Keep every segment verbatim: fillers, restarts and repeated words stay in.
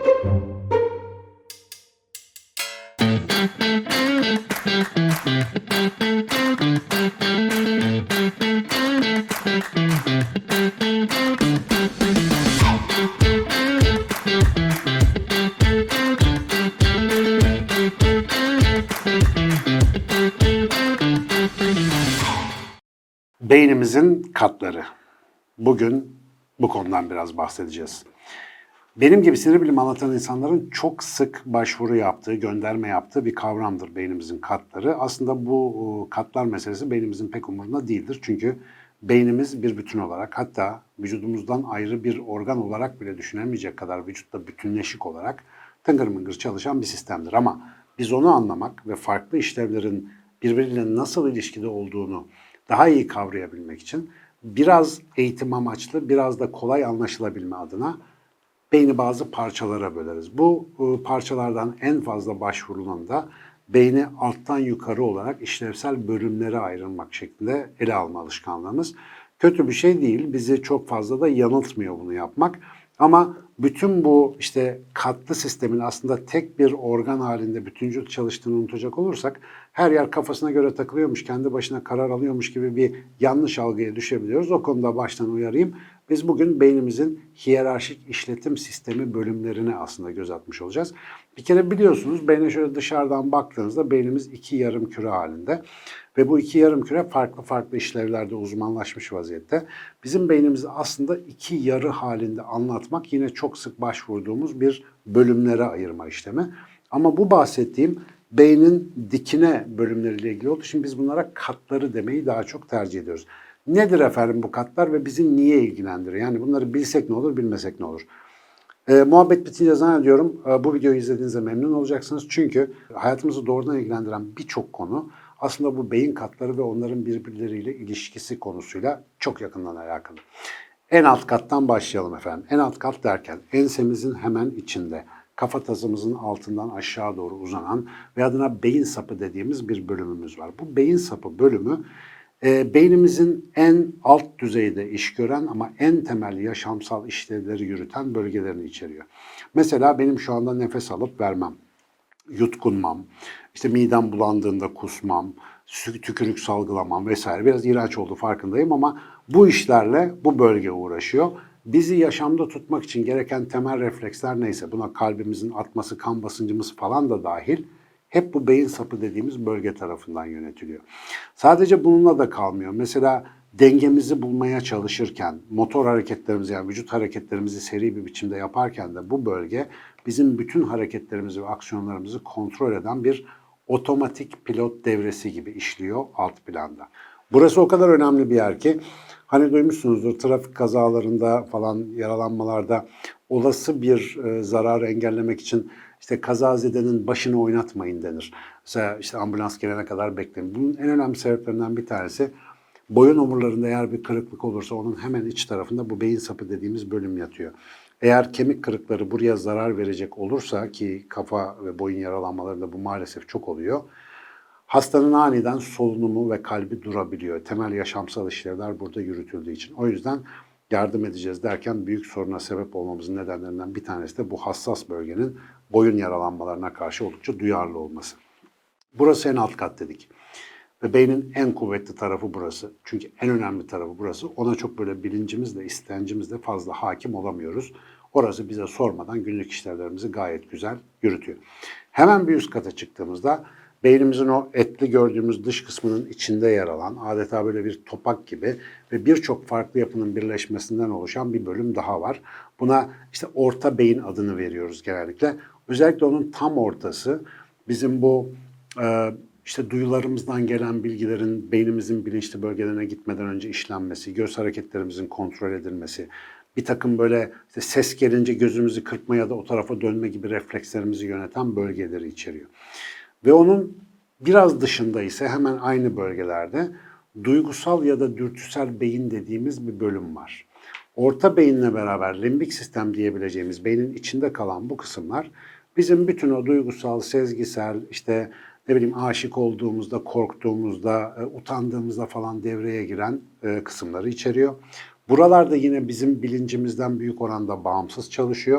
Beynimizin katları. Bugün bu konudan biraz bahsedeceğiz. Benim gibi sinir bilimi anlatan insanların çok sık başvuru yaptığı, gönderme yaptığı bir kavramdır beynimizin katları. Aslında bu katlar meselesi beynimizin pek umurunda değildir. Çünkü beynimiz bir bütün olarak, hatta vücudumuzdan ayrı bir organ olarak bile düşünemeyecek kadar vücutta bütünleşik olarak tıngır mıngır çalışan bir sistemdir. Ama biz onu anlamak ve farklı işlevlerin birbiriyle nasıl ilişkide olduğunu daha iyi kavrayabilmek için biraz eğitim amaçlı, biraz da kolay anlaşılabilme adına beyni bazı parçalara böleriz. Bu parçalardan en fazla başvurulan da beyni alttan yukarı olarak işlevsel bölümlere ayrılmak şeklinde ele alma alışkanlığımız. Kötü bir şey değil, bizi çok fazla da yanıltmıyor bunu yapmak. Ama bütün bu işte katlı sistemin aslında tek bir organ halinde bütüncül çalıştığını unutacak olursak her yer kafasına göre takılıyormuş, kendi başına karar alıyormuş gibi bir yanlış algıya düşebiliyoruz. O konuda baştan uyarayım. Biz bugün beynimizin hiyerarşik işletim sistemi bölümlerine aslında göz atmış olacağız. Bir kere biliyorsunuz beyne şöyle dışarıdan baktığınızda beynimiz iki yarım küre halinde. Ve bu iki yarım küre farklı farklı işlevlerde uzmanlaşmış vaziyette. Bizim beynimizi aslında iki yarı halinde anlatmak yine çok sık başvurduğumuz bir bölümlere ayırma işlemi. Ama bu bahsettiğim beynin dikine bölümleriyle ilgili oldu. Şimdi biz bunlara katları demeyi daha çok tercih ediyoruz. Nedir efendim bu katlar ve bizi niye ilgilendiriyor? Yani bunları bilsek ne olur, bilmesek ne olur? E, muhabbet bitince zannediyorum e, bu videoyu izlediğinizde memnun olacaksınız. Çünkü hayatımızı doğrudan ilgilendiren birçok konu aslında bu beyin katları ve onların birbirleriyle ilişkisi konusuyla çok yakından alakalı. En alt kattan başlayalım efendim. En alt kat derken ensemizin hemen içinde, kafatasımızın altından aşağı doğru uzanan ve adına beyin sapı dediğimiz bir bölümümüz var. Bu beyin sapı bölümü e, beynimizin en alt düzeyde iş gören ama en temel yaşamsal işlevleri yürüten bölgelerini içeriyor. Mesela benim şu anda nefes alıp vermem, yutkunmam, işte midem bulandığında kusmam, tükürük salgılamam vesaire. Biraz iğrenç oldu farkındayım ama bu işlerle bu bölge uğraşıyor. Bizi yaşamda tutmak için gereken temel refleksler neyse, buna kalbimizin atması, kan basıncımız falan da dahil, hep bu beyin sapı dediğimiz bölge tarafından yönetiliyor. Sadece bununla da kalmıyor. Mesela dengemizi bulmaya çalışırken, motor hareketlerimizi yani vücut hareketlerimizi seri bir biçimde yaparken de bu bölge bizim bütün hareketlerimizi ve aksiyonlarımızı kontrol eden bir otomatik pilot devresi gibi işliyor alt planda. Burası o kadar önemli bir yer ki hani duymuşsunuzdur trafik kazalarında falan yaralanmalarda olası bir e, zararı engellemek için işte kazazedenin başını oynatmayın denir. Mesela işte ambulans gelene kadar bekleyin. Bunun en önemli sebeplerinden bir tanesi boyun omurlarında eğer bir kırıklık olursa onun hemen iç tarafında bu beyin sapı dediğimiz bölüm yatıyor. Eğer kemik kırıkları buraya zarar verecek olursa ki kafa ve boyun yaralanmalarında bu maalesef çok oluyor. Hastanın aniden solunumu ve kalbi durabiliyor. Temel yaşamsal işlevler burada yürütüldüğü için. O yüzden yardım edeceğiz derken büyük soruna sebep olmamızın nedenlerinden bir tanesi de bu hassas bölgenin boyun yaralanmalarına karşı oldukça duyarlı olması. Burası en alt kat dedik. Ve beynin en kuvvetli tarafı burası. Çünkü en önemli tarafı burası. Ona çok böyle bilincimizle, istencimizle fazla hakim olamıyoruz. Orası bize sormadan günlük işlevlerimizi gayet güzel yürütüyor. Hemen bir üst kata çıktığımızda beynimizin o etli gördüğümüz dış kısmının içinde yer alan adeta böyle bir topak gibi ve birçok farklı yapının birleşmesinden oluşan bir bölüm daha var. Buna işte orta beyin adını veriyoruz genellikle. Özellikle onun tam ortası bizim bu e, işte duyularımızdan gelen bilgilerin beynimizin bilinçli bölgelerine gitmeden önce işlenmesi, göz hareketlerimizin kontrol edilmesi, bir takım böyle işte ses gelince gözümüzü kırpma ya da o tarafa dönme gibi reflekslerimizi yöneten bölgeleri içeriyor. Ve onun biraz dışında ise hemen aynı bölgelerde duygusal ya da dürtüsel beyin dediğimiz bir bölüm var. Orta beyinle beraber limbik sistem diyebileceğimiz beynin içinde kalan bu kısımlar bizim bütün o duygusal, sezgisel, işte ne bileyim aşık olduğumuzda, korktuğumuzda, utandığımızda falan devreye giren kısımları içeriyor. Buralarda yine bizim bilincimizden büyük oranda bağımsız çalışıyor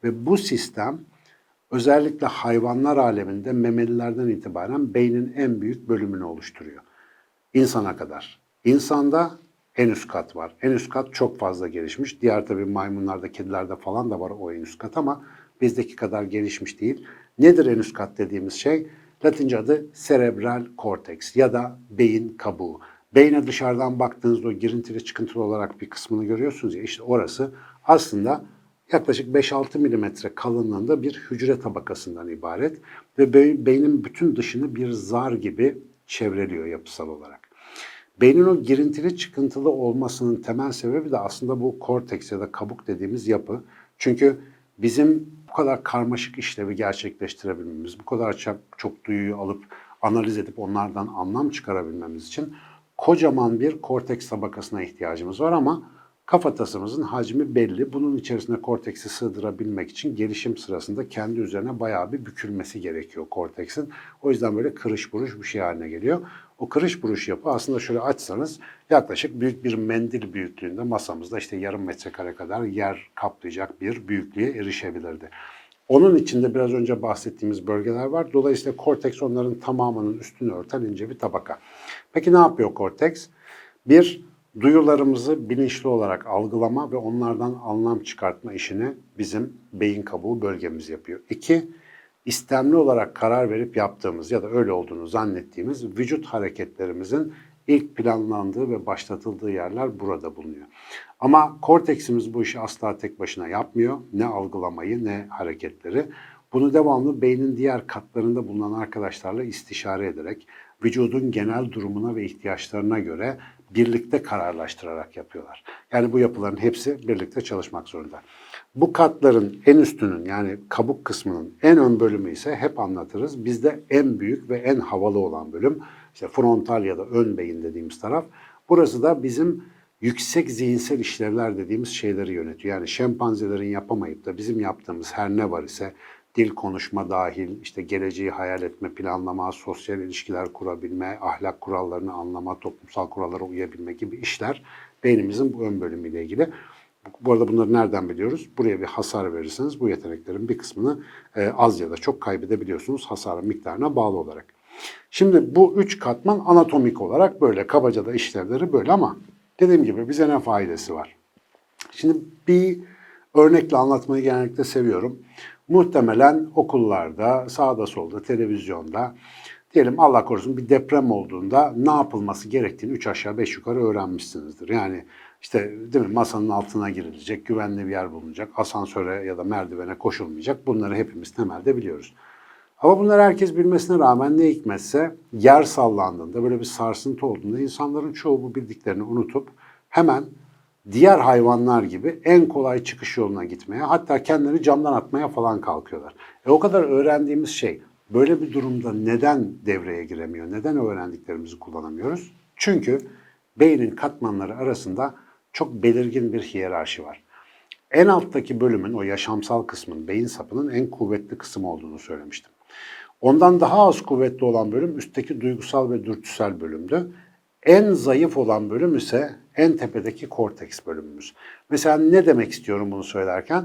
Ve bu sistem özellikle hayvanlar aleminde memelilerden itibaren beynin en büyük bölümünü oluşturuyor. İnsana kadar. İnsanda en üst kat var. En üst kat çok fazla gelişmiş. Diğer tabii maymunlarda, kedilerde falan da var o en üst kat ama bizdeki kadar gelişmiş değil. Nedir en üst kat dediğimiz şey? Latince adı cerebral cortex ya da beyin kabuğu. Beyne dışarıdan baktığınızda o girintili çıkıntılı olarak bir kısmını görüyorsunuz ya, işte orası aslında yaklaşık beş altı milimetre kalınlığında bir hücre tabakasından ibaret ve beynin bütün dışını bir zar gibi çevreliyor yapısal olarak. Beynin o girintili çıkıntılı olmasının temel sebebi de aslında bu korteks ya da kabuk dediğimiz yapı. Çünkü bizim bu kadar karmaşık işlevi gerçekleştirebilmemiz, bu kadar çok, çok duyuyu alıp analiz edip onlardan anlam çıkarabilmemiz için kocaman bir korteks tabakasına ihtiyacımız var ama kafatasımızın hacmi belli. Bunun içerisine korteksi sığdırabilmek için gelişim sırasında kendi üzerine bayağı bir bükülmesi gerekiyor korteksin. O yüzden böyle kırış buruş bir şey haline geliyor. O kırış buruş yapı aslında şöyle açsanız yaklaşık büyük bir mendil büyüklüğünde masamızda işte yarım metrekare kadar yer kaplayacak bir büyüklüğe erişebilirdi. Onun içinde biraz önce bahsettiğimiz bölgeler var. Dolayısıyla korteks onların tamamının üstünü örten ince bir tabaka. Peki ne yapıyor korteks? Bir, duyularımızı bilinçli olarak algılama ve onlardan anlam çıkartma işini bizim beyin kabuğu bölgemiz yapıyor. İki, istemli olarak karar verip yaptığımız ya da öyle olduğunu zannettiğimiz vücut hareketlerimizin ilk planlandığı ve başlatıldığı yerler burada bulunuyor. Ama korteksimiz bu işi asla tek başına yapmıyor. Ne algılamayı ne hareketleri. Bunu devamlı beynin diğer katlarında bulunan arkadaşlarla istişare ederek, vücudun genel durumuna ve ihtiyaçlarına göre birlikte kararlaştırarak yapıyorlar. Yani bu yapıların hepsi birlikte çalışmak zorunda. Bu katların en üstünün yani kabuk kısmının en ön bölümü ise hep anlatırız. Bizde en büyük ve en havalı olan bölüm işte frontal ya da ön beyin dediğimiz taraf. Burası da bizim yüksek zihinsel işlevler dediğimiz şeyleri yönetiyor. Yani şempanzelerin yapamayıp da bizim yaptığımız her ne var ise dil konuşma dahil, işte geleceği hayal etme, planlama, sosyal ilişkiler kurabilme, ahlak kurallarını anlama, toplumsal kurallara uyabilme gibi işler beynimizin bu ön bölümüyle ilgili. Bu arada bunları nereden biliyoruz? Buraya bir hasar verirseniz bu yeteneklerin bir kısmını e, az ya da çok kaybedebiliyorsunuz hasarın miktarına bağlı olarak. Şimdi bu üç katman anatomik olarak böyle, kabaca da işlevleri böyle ama dediğim gibi bize ne faydası var? Şimdi bir örnekle anlatmayı genellikle seviyorum. Muhtemelen okullarda, sağda solda, televizyonda diyelim Allah korusun bir deprem olduğunda ne yapılması gerektiğini üç aşağı beş yukarı öğrenmişsinizdir. Yani işte değil mi, masanın altına girilecek, güvenli bir yer bulunacak, asansöre ya da merdivene koşulmayacak. Bunları hepimiz temelde biliyoruz. Ama bunları herkes bilmesine rağmen ne hikmetse yer sallandığında, böyle bir sarsıntı olduğunda insanların çoğu bu bildiklerini unutup hemen diğer hayvanlar gibi en kolay çıkış yoluna gitmeye, hatta kendileri camdan atmaya falan kalkıyorlar. E o kadar öğrendiğimiz şey böyle bir durumda neden devreye giremiyor? Neden öğrendiklerimizi kullanamıyoruz? Çünkü beynin katmanları arasında çok belirgin bir hiyerarşi var. En alttaki bölümün, o yaşamsal kısmın, beyin sapının en kuvvetli kısım olduğunu söylemiştim. Ondan daha az kuvvetli olan bölüm üstteki duygusal ve dürtüsel bölümdü. En zayıf olan bölüm ise en tepedeki korteks bölümümüz. Mesela ne demek istiyorum bunu söylerken?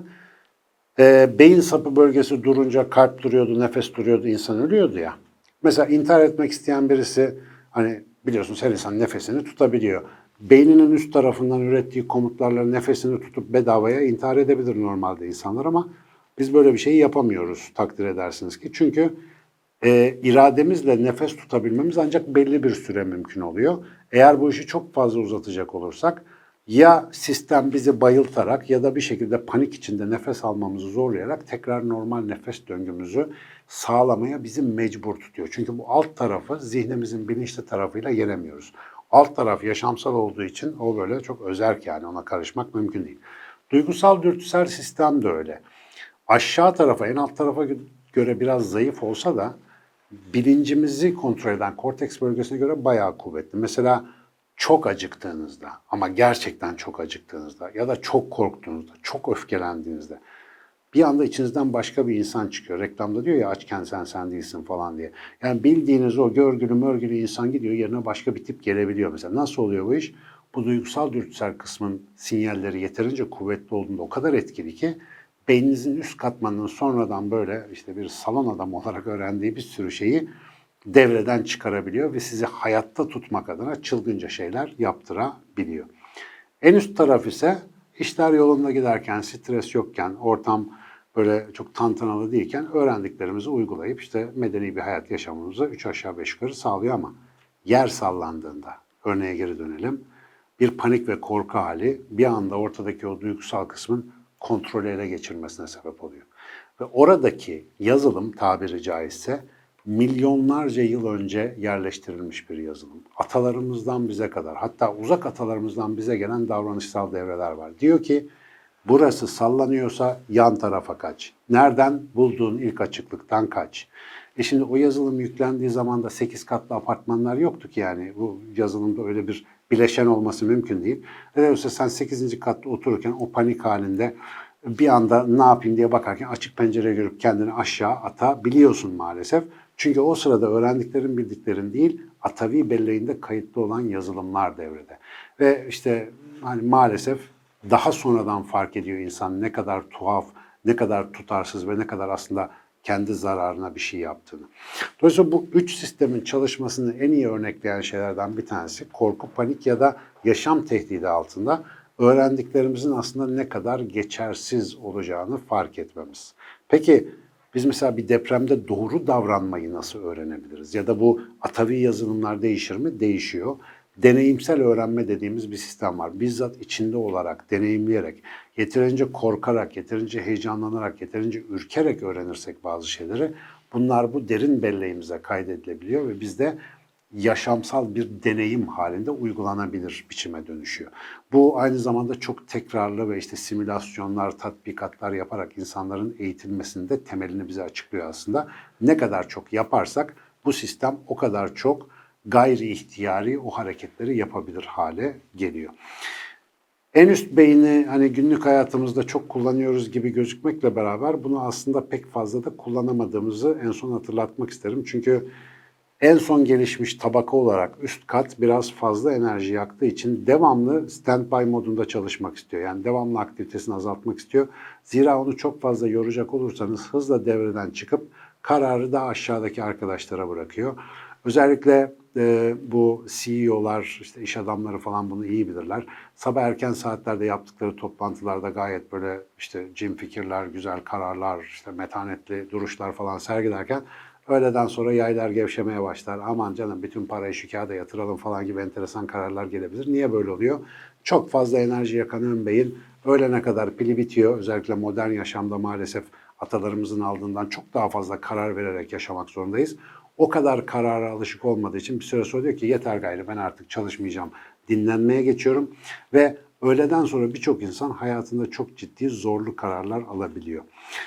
E, beyin sapı bölgesi durunca kalp duruyordu, nefes duruyordu, insan ölüyordu ya. Mesela intihar etmek isteyen birisi, hani biliyorsunuz her insan nefesini tutabiliyor. Beyninin üst tarafından ürettiği komutlarla nefesini tutup bedavaya intihar edebilir normalde insanlar ama biz böyle bir şeyi yapamıyoruz takdir edersiniz ki. Çünkü e, irademizle nefes tutabilmemiz ancak belli bir süre mümkün oluyor. Eğer bu işi çok fazla uzatacak olursak ya sistem bizi bayıltarak ya da bir şekilde panik içinde nefes almamızı zorlayarak tekrar normal nefes döngümüzü sağlamaya bizi mecbur tutuyor. Çünkü bu alt tarafı zihnimizin bilinçli tarafıyla yenemiyoruz. Alt taraf yaşamsal olduğu için o böyle çok özerk, yani ona karışmak mümkün değil. Duygusal dürtüsel sistem de öyle. Aşağı tarafa, en alt tarafa göre biraz zayıf olsa da bilincimizi kontrol eden korteks bölgesine göre bayağı kuvvetli. Mesela çok acıktığınızda ama gerçekten çok acıktığınızda ya da çok korktuğunuzda, çok öfkelendiğinizde bir anda içinizden başka bir insan çıkıyor. Reklamda diyor ya, açken sen sen değilsin falan diye. Yani bildiğiniz o görgülü mörgülü insan gidiyor, yerine başka bir tip gelebiliyor mesela. Nasıl oluyor bu iş? Bu duygusal dürtüsel kısmın sinyalleri yeterince kuvvetli olduğunda o kadar etkili ki beyninizin üst katmanının sonradan böyle işte bir salon adamı olarak öğrendiği bir sürü şeyi devreden çıkarabiliyor ve sizi hayatta tutmak adına çılgınca şeyler yaptırabiliyor. En üst taraf ise işler yolunda giderken, stres yokken, ortam böyle çok tantanalı değilken öğrendiklerimizi uygulayıp işte medeni bir hayat yaşamımızı üç aşağı beş yukarı sağlıyor ama yer sallandığında, örneğe geri dönelim, bir panik ve korku hali bir anda ortadaki o duygusal kısmın kontrolü ele geçirmesine sebep oluyor. Ve oradaki yazılım tabiri caizse milyonlarca yıl önce yerleştirilmiş bir yazılım. Atalarımızdan bize kadar, hatta uzak atalarımızdan bize gelen davranışsal devreler var. Diyor ki, burası sallanıyorsa yan tarafa kaç. Nereden? Bulduğun ilk açıklıktan kaç. E şimdi o yazılım yüklendiği zaman da sekiz katlı apartmanlar yoktu ki yani. Bu yazılımda öyle bir bileşen olması mümkün değil. Öyleyse sen sekizinci katta otururken o panik halinde bir anda ne yapayım diye bakarken açık pencereye görüp kendini aşağı atabiliyorsun maalesef. Çünkü o sırada öğrendiklerin, bildiklerin değil, atavi belleğinde kayıtlı olan yazılımlar devrede. Ve işte hani maalesef daha sonradan fark ediyor insan ne kadar tuhaf, ne kadar tutarsız ve ne kadar aslında kendi zararına bir şey yaptığını. Dolayısıyla bu üç sistemin çalışmasını en iyi örnekleyen şeylerden bir tanesi korku, panik ya da yaşam tehdidi altında öğrendiklerimizin aslında ne kadar geçersiz olacağını fark etmemiz. Peki biz mesela bir depremde doğru davranmayı nasıl öğrenebiliriz? Ya da bu atavi yazılımlar değişir mi? Değişiyor. Deneyimsel öğrenme dediğimiz bir sistem var. Bizzat içinde olarak, deneyimleyerek, yeterince korkarak, yeterince heyecanlanarak, yeterince ürkerek öğrenirsek bazı şeyleri, bunlar bu derin belleğimize kaydedilebiliyor ve bizde yaşamsal bir deneyim halinde uygulanabilir biçime dönüşüyor. Bu aynı zamanda çok tekrarlı ve işte simülasyonlar, tatbikatlar yaparak insanların eğitilmesinde temelini bize açıklıyor aslında. Ne kadar çok yaparsak bu sistem o kadar çok gayri ihtiyari o hareketleri yapabilir hale geliyor. En üst beyni hani günlük hayatımızda çok kullanıyoruz gibi gözükmekle beraber bunu aslında pek fazla da kullanamadığımızı en son hatırlatmak isterim. Çünkü en son gelişmiş tabaka olarak üst kat biraz fazla enerji yaktığı için devamlı standby modunda çalışmak istiyor. Yani devamlı aktivitesini azaltmak istiyor. Zira onu çok fazla yoracak olursanız hızla devreden çıkıp kararı da aşağıdaki arkadaşlara bırakıyor. Özellikle e, bu C E O'lar, işte iş adamları falan bunu iyi bilirler. Sabah erken saatlerde yaptıkları toplantılarda gayet böyle işte cin fikirler, güzel kararlar, işte metanetli duruşlar falan sergilerken öğleden sonra yaylar gevşemeye başlar. Aman canım bütün parayı şu kağıda yatıralım falan gibi enteresan kararlar gelebilir. Niye böyle oluyor? Çok fazla enerji yakan ön beyin öğlene kadar pili bitiyor. Özellikle modern yaşamda maalesef atalarımızın aldığından çok daha fazla karar vererek yaşamak zorundayız. O kadar karara alışık olmadığı için bir süre sonra diyor ki yeter gayrı ben artık çalışmayacağım, dinlenmeye geçiyorum. Ve öğleden sonra birçok insan hayatında çok ciddi zorlu kararlar alabiliyor.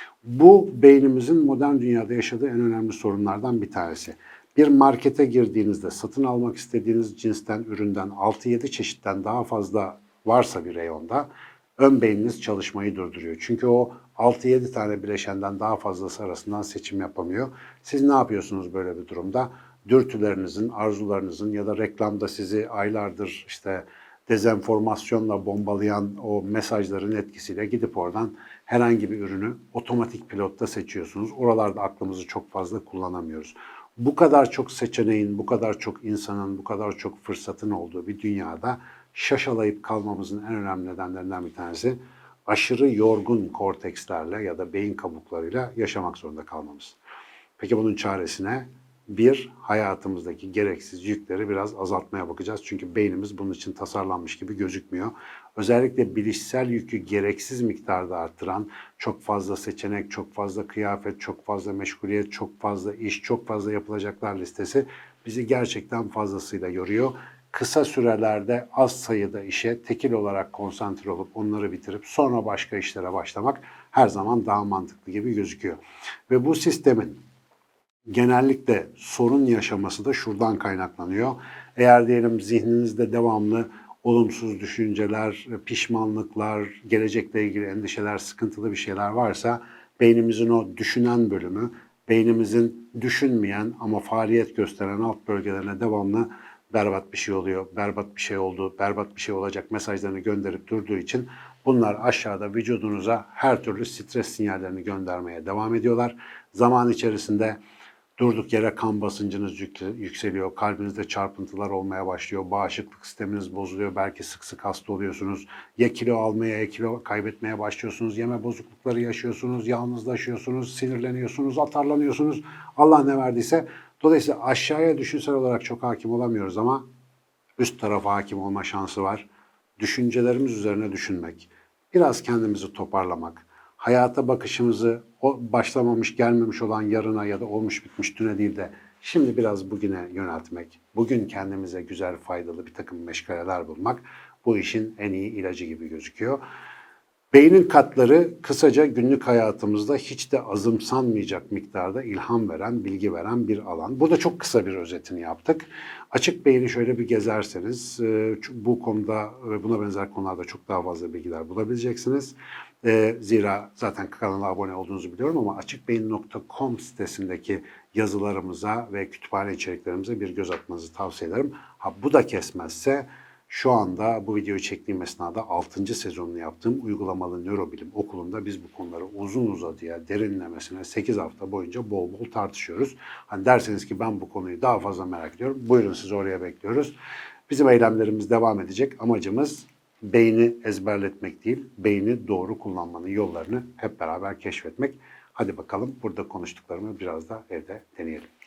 Bu beynimizin modern dünyada yaşadığı en önemli sorunlardan bir tanesi. Bir markete girdiğinizde satın almak istediğiniz cinsten, üründen altı yedi çeşitten daha fazla varsa bir reyonda ön beyniniz çalışmayı durduruyor. Çünkü o altı yedi tane bileşenden daha fazlası arasından seçim yapamıyor. Siz ne yapıyorsunuz böyle bir durumda? Dürtülerinizin, arzularınızın ya da reklamda sizi aylardır işte dezenformasyonla bombalayan o mesajların etkisiyle gidip oradan herhangi bir ürünü otomatik pilotta seçiyorsunuz. Oralarda aklımızı çok fazla kullanamıyoruz. Bu kadar çok seçeneğin, bu kadar çok insanın, bu kadar çok fırsatın olduğu bir dünyada şaşalayıp kalmamızın en önemli nedenlerinden bir tanesi aşırı yorgun kortekslerle ya da beyin kabuklarıyla yaşamak zorunda kalmamız. Peki bunun çaresine bir, hayatımızdaki gereksiz yükleri biraz azaltmaya bakacağız. Çünkü beynimiz bunun için tasarlanmış gibi gözükmüyor. Özellikle bilişsel yükü gereksiz miktarda arttıran, çok fazla seçenek, çok fazla kıyafet, çok fazla meşguliyet, çok fazla iş, çok fazla yapılacaklar listesi bizi gerçekten fazlasıyla yoruyor. Kısa sürelerde az sayıda işe tekil olarak konsantre olup onları bitirip sonra başka işlere başlamak her zaman daha mantıklı gibi gözüküyor. Ve bu sistemin genellikle sorun yaşaması da şuradan kaynaklanıyor. Eğer diyelim zihninizde devamlı olumsuz düşünceler, pişmanlıklar, gelecekle ilgili endişeler, sıkıntılı bir şeyler varsa beynimizin o düşünen bölümü, beynimizin düşünmeyen ama faaliyet gösteren alt bölgelerine devamlı berbat bir şey oluyor, berbat bir şey oldu, berbat bir şey olacak mesajlarını gönderip durduğu için Bunlar aşağıda vücudunuza her türlü stres sinyallerini göndermeye devam ediyorlar. Zaman içerisinde durduk yere kan basıncınız yükseliyor, kalbinizde çarpıntılar olmaya başlıyor, bağışıklık sisteminiz bozuluyor, belki sık sık hasta oluyorsunuz. Ya kilo almaya ya kilo kaybetmeye başlıyorsunuz, yeme bozuklukları yaşıyorsunuz, yalnızlaşıyorsunuz, sinirleniyorsunuz, atarlanıyorsunuz. Allah ne verdiyse. Dolayısıyla aşağıya düşünsel olarak çok hakim olamıyoruz ama üst tarafa hakim olma şansı var. Düşüncelerimiz üzerine düşünmek, biraz kendimizi toparlamak, hayata bakışımızı o başlamamış gelmemiş olan yarına ya da olmuş bitmiş düne değil de şimdi biraz bugüne yöneltmek, bugün kendimize güzel faydalı bir takım meşgaleler bulmak bu işin en iyi ilacı gibi gözüküyor. Beynin katları kısaca günlük hayatımızda hiç de azımsanmayacak miktarda ilham veren, bilgi veren bir alan. Burada çok kısa bir özetini yaptık. Açık beyni şöyle bir gezerseniz bu konuda ve buna benzer konularda çok daha fazla bilgiler bulabileceksiniz. Zira zaten kanala abone olduğunuzu biliyorum ama açıkbeyin nokta com sitesindeki yazılarımıza ve kütüphane içeriklerimize bir göz atmanızı tavsiye ederim. Ha bu da kesmezse şu anda bu videoyu çektiğim esnada altıncı sezonunu yaptığım uygulamalı nörobilim okulunda biz bu konuları uzun uzadıya derinlemesine sekiz hafta boyunca bol bol tartışıyoruz. Hani derseniz ki ben bu konuyu daha fazla merak ediyorum. Buyurun sizi oraya bekliyoruz. Bizim eylemlerimiz devam edecek. Amacımız beyni ezberletmek değil, beyni doğru kullanmanın yollarını hep beraber keşfetmek. Hadi bakalım burada konuştuklarımı biraz da evde deneyelim.